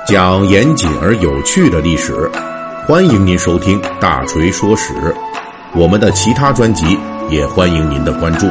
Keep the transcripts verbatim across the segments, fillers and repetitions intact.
讲严谨而有趣的历史，欢迎您收听大锤说史。我们的其他专辑也欢迎您的关注。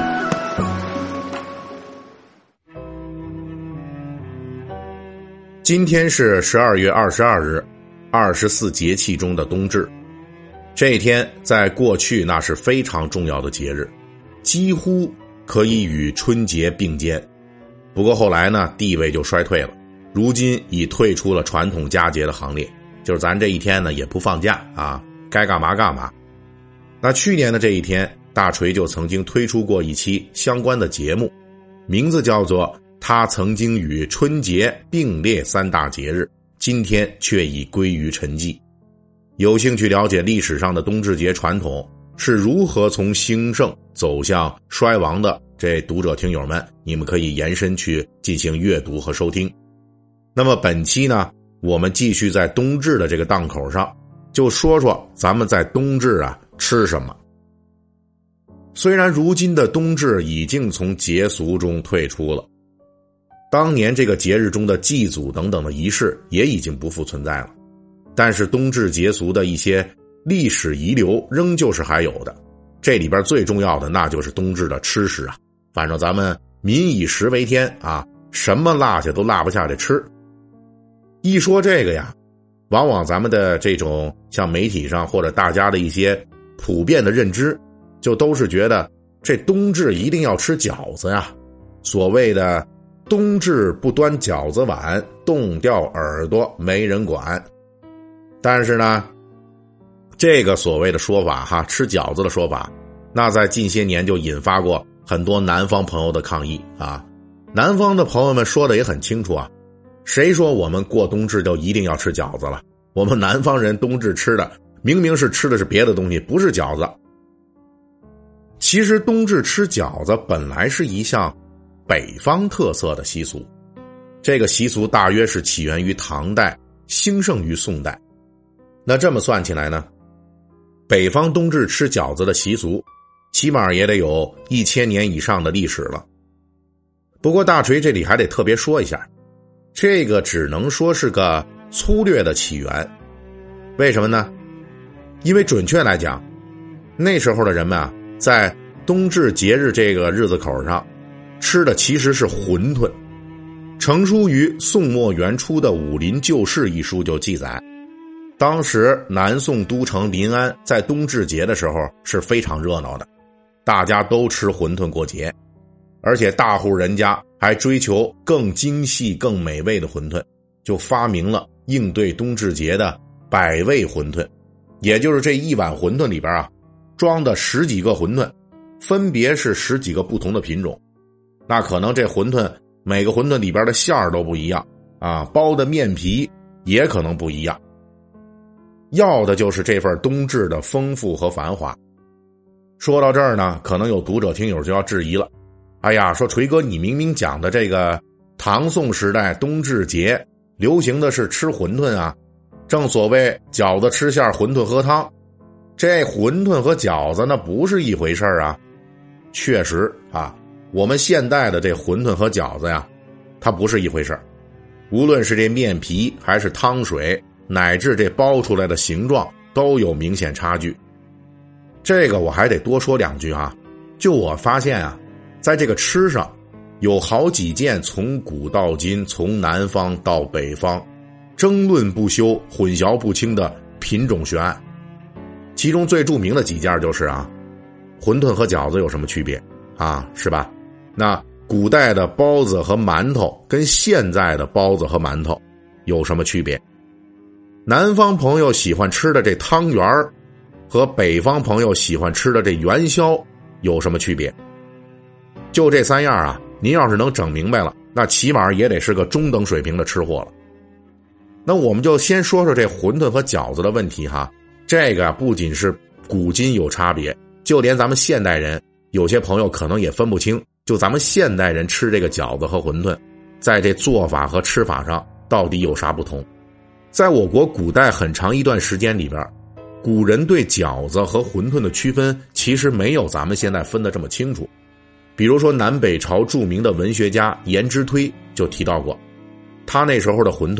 今天是十二月二十二日，二十四节气中的冬至。这一天在过去那是非常重要的节日，几乎可以与春节并肩。不过后来呢，地位就衰退了，如今已退出了传统佳节的行列，就是咱这一天呢也不放假啊，该干嘛干嘛。那去年的这一天，大锤就曾经推出过一期相关的节目，名字叫做他曾经与春节并列三大节日，今天却已归于沉寂。有兴趣了解历史上的冬至节传统是如何从兴盛走向衰亡的，这读者听友们，你们可以延伸去进行阅读和收听。那么本期呢，我们继续在冬至的这个档口上，就说说咱们在冬至啊吃什么。虽然如今的冬至已经从节俗中退出了，当年这个节日中的祭祖等等的仪式也已经不复存在了，但是冬至节俗的一些历史遗留仍旧是还有的。这里边最重要的那就是冬至的吃食啊，反正咱们民以食为天啊，什么落下都落不下这吃。一说这个呀，往往咱们的这种像媒体上或者大家的一些普遍的认知，就都是觉得这冬至一定要吃饺子呀，所谓的冬至不端饺子碗，冻掉耳朵没人管。但是呢，这个所谓的说法哈，吃饺子的说法，那在近些年就引发过很多南方朋友的抗议啊。南方的朋友们说的也很清楚啊，谁说我们过冬至就一定要吃饺子了？我们南方人冬至吃的明明是吃的是别的东西，不是饺子。其实冬至吃饺子本来是一项北方特色的习俗，这个习俗大约是起源于唐代，兴盛于宋代。那这么算起来呢，北方冬至吃饺子的习俗起码也得有一千年以上的历史了。不过大锤这里还得特别说一下，这个只能说是个粗略的起源。为什么呢？因为准确来讲，那时候的人们啊，在冬至节日这个日子口上吃的其实是馄饨。成书于宋末元初的《武林旧事》一书就记载，当时南宋都城临安在冬至节的时候是非常热闹的，大家都吃馄饨过节，而且大户人家还追求更精细更美味的馄饨，就发明了应对冬至节的百味馄饨。也就是这一碗馄饨里边啊，装的十几个馄饨，分别是十几个不同的品种。那可能这馄饨每个馄饨里边的馅儿都不一样啊，包的面皮也可能不一样，要的就是这份冬至的丰富和繁华。说到这儿呢，可能有读者听友就要质疑了，哎呀，说锤哥，你明明讲的这个唐宋时代冬至节流行的是吃馄饨啊，正所谓饺子吃馅，馄饨喝汤，这馄饨和饺子那不是一回事啊。确实啊，我们现代的这馄饨和饺子呀，它不是一回事，无论是这面皮还是汤水，乃至这包出来的形状都有明显差距。这个我还得多说两句啊，就我发现啊，在这个吃上有好几件从古到今，从南方到北方争论不休，混淆不清的品种悬案。其中最著名的几件就是啊，馄饨和饺子有什么区别啊，是吧？那古代的包子和馒头跟现在的包子和馒头有什么区别？南方朋友喜欢吃的这汤圆儿和北方朋友喜欢吃的这元宵有什么区别？就这三样啊，您要是能整明白了，那起码也得是个中等水平的吃货了。那我们就先说说这馄饨和饺子的问题哈。这个不仅是古今有差别，就连咱们现代人有些朋友可能也分不清，就咱们现代人吃这个饺子和馄饨在这做法和吃法上到底有啥不同。在我国古代很长一段时间里边，古人对饺子和馄饨的区分其实没有咱们现在分得这么清楚。比如说南北朝著名的文学家颜之推就提到过，他那时候的馄饨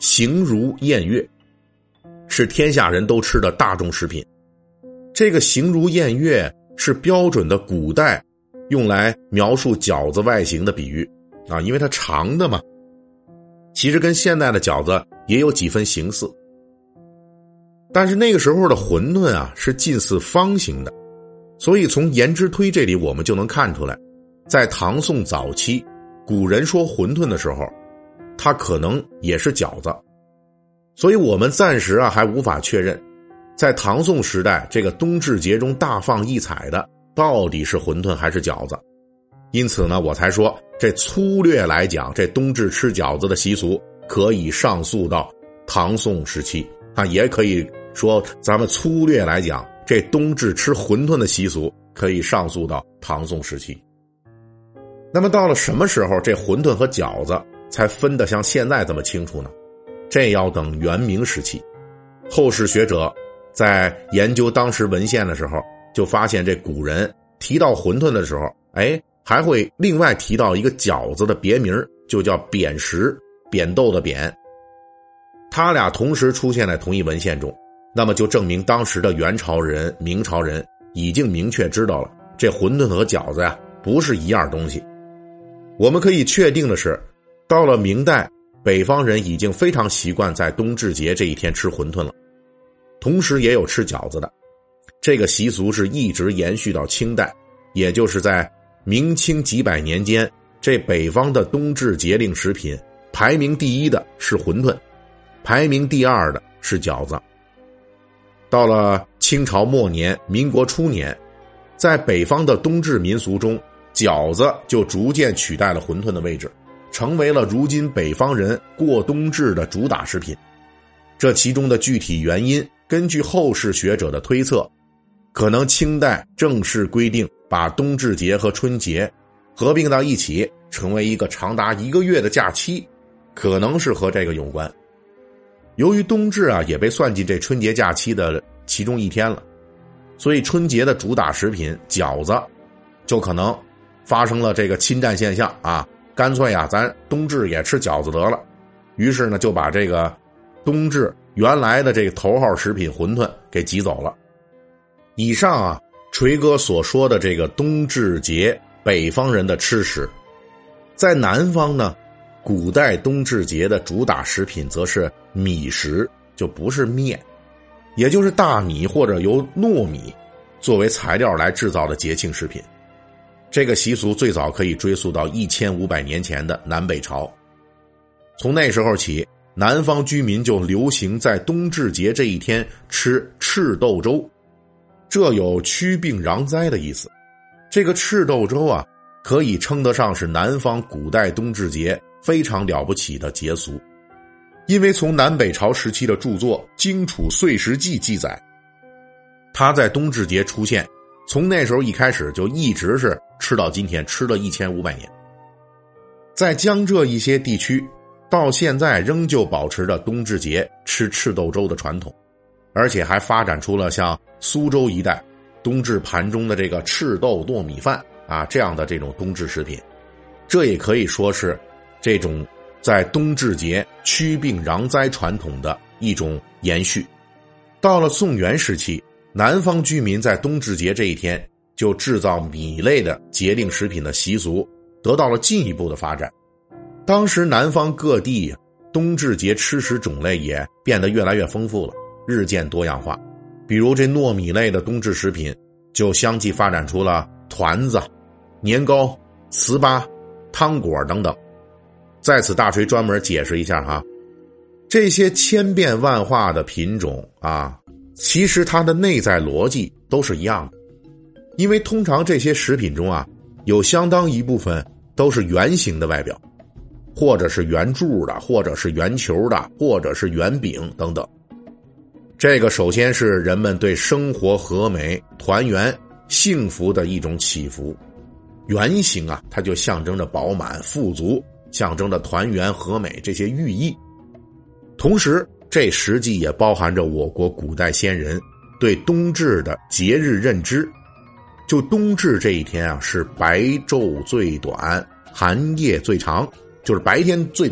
形如宴乐，是天下人都吃的大众食品。这个形如宴乐是标准的古代用来描述饺子外形的比喻啊，因为它长的嘛，其实跟现在的饺子也有几分形似。但是那个时候的馄饨啊是近似方形的，所以从颜之推这里我们就能看出来，在唐宋早期古人说馄饨的时候，它可能也是饺子。所以我们暂时啊还无法确认，在唐宋时代这个冬至节中大放异彩的到底是馄饨还是饺子。因此呢，我才说这粗略来讲，这冬至吃饺子的习俗可以上溯到唐宋时期啊，也可以说咱们粗略来讲，这冬至吃馄饨的习俗可以上溯到唐宋时期。那么到了什么时候这馄饨和饺子才分得像现在这么清楚呢？这要等元明时期。后世学者在研究当时文献的时候，就发现这古人提到馄饨的时候，哎，还会另外提到一个饺子的别名，就叫扁食，扁豆的扁。他俩同时出现在同一文献中，那么就证明当时的元朝人、明朝人已经明确知道了，这馄饨和饺子呀不是一样东西。我们可以确定的是，到了明代，北方人已经非常习惯在冬至节这一天吃馄饨了，同时也有吃饺子的。这个习俗是一直延续到清代，也就是在明清几百年间，这北方的冬至节令食品排名第一的是馄饨，排名第二的是饺子。到了清朝末年、民国初年，在北方的冬至民俗中，饺子就逐渐取代了馄饨的位置，成为了如今北方人过冬至的主打食品。这其中的具体原因，根据后世学者的推测，可能清代正式规定把冬至节和春节合并到一起，成为一个长达一个月的假期，可能是和这个有关。由于冬至啊也被算进这春节假期的其中一天了，所以春节的主打食品饺子就可能发生了这个侵占现象啊，干脆啊咱冬至也吃饺子得了。于是呢就把这个冬至原来的这个头号食品馄饨给挤走了。以上啊锤哥所说的这个冬至节北方人的吃食，在南方呢，古代冬至节的主打食品则是米食，就不是面，也就是大米或者由糯米作为材料来制造的节庆食品。这个习俗最早可以追溯到一千五百年前的南北朝。从那时候起，南方居民就流行在冬至节这一天吃赤豆粥，这有驱病攘灾的意思。这个赤豆粥啊，可以称得上是南方古代冬至节非常了不起的节俗。因为从南北朝时期的著作《荆楚岁时记》记载，它在冬至节出现，从那时候一开始就一直是吃到今天，吃了一千五百年。在江浙一些地区，到现在仍旧保持着冬至节吃赤豆粥的传统，而且还发展出了像苏州一带冬至盘中的这个赤豆糯米饭啊这样的这种冬至食品。这也可以说是这种在冬至节驱病攘灾传统的一种延续。到了宋元时期，南方居民在冬至节这一天就制造米类的节令食品的习俗得到了进一步的发展。当时南方各地冬至节吃食种类也变得越来越丰富了，日渐多样化。比如这糯米类的冬至食品就相继发展出了团子、年糕、糍粑、汤果等等。在此大锤专门解释一下哈，这些千变万化的品种啊，其实它的内在逻辑都是一样的。因为通常这些食品中啊，有相当一部分都是圆形的外表，或者是圆柱的，或者是圆球的，或者是圆饼等等。这个首先是人们对生活和美、团圆、幸福的一种祈福。圆形啊，它就象征着饱满、富足，象征着团圆和美这些寓意。同时，这实际也包含着我国古代先人对冬至的节日认知。就冬至这一天啊，是白昼最短，寒夜最长，就是白天最短，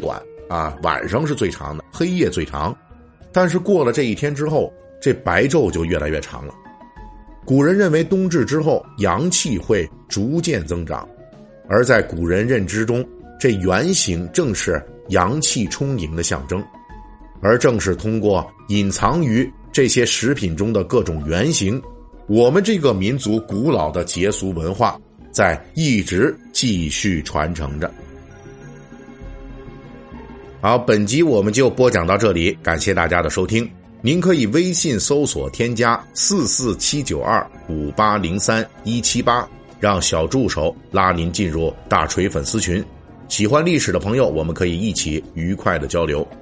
啊，晚上是最长的，黑夜最长。但是过了这一天之后，这白昼就越来越长了。古人认为冬至之后阳气会逐渐增长，而在古人认知中，这圆形正是阳气充盈的象征。而正是通过隐藏于这些食品中的各种原型，我们这个民族古老的节俗文化在一直继续传承着。好，本集我们就播讲到这里，感谢大家的收听。您可以微信搜索添加四四七九二五八零三一七八，让小助手拉您进入大锤粉丝群。喜欢历史的朋友，我们可以一起愉快的交流。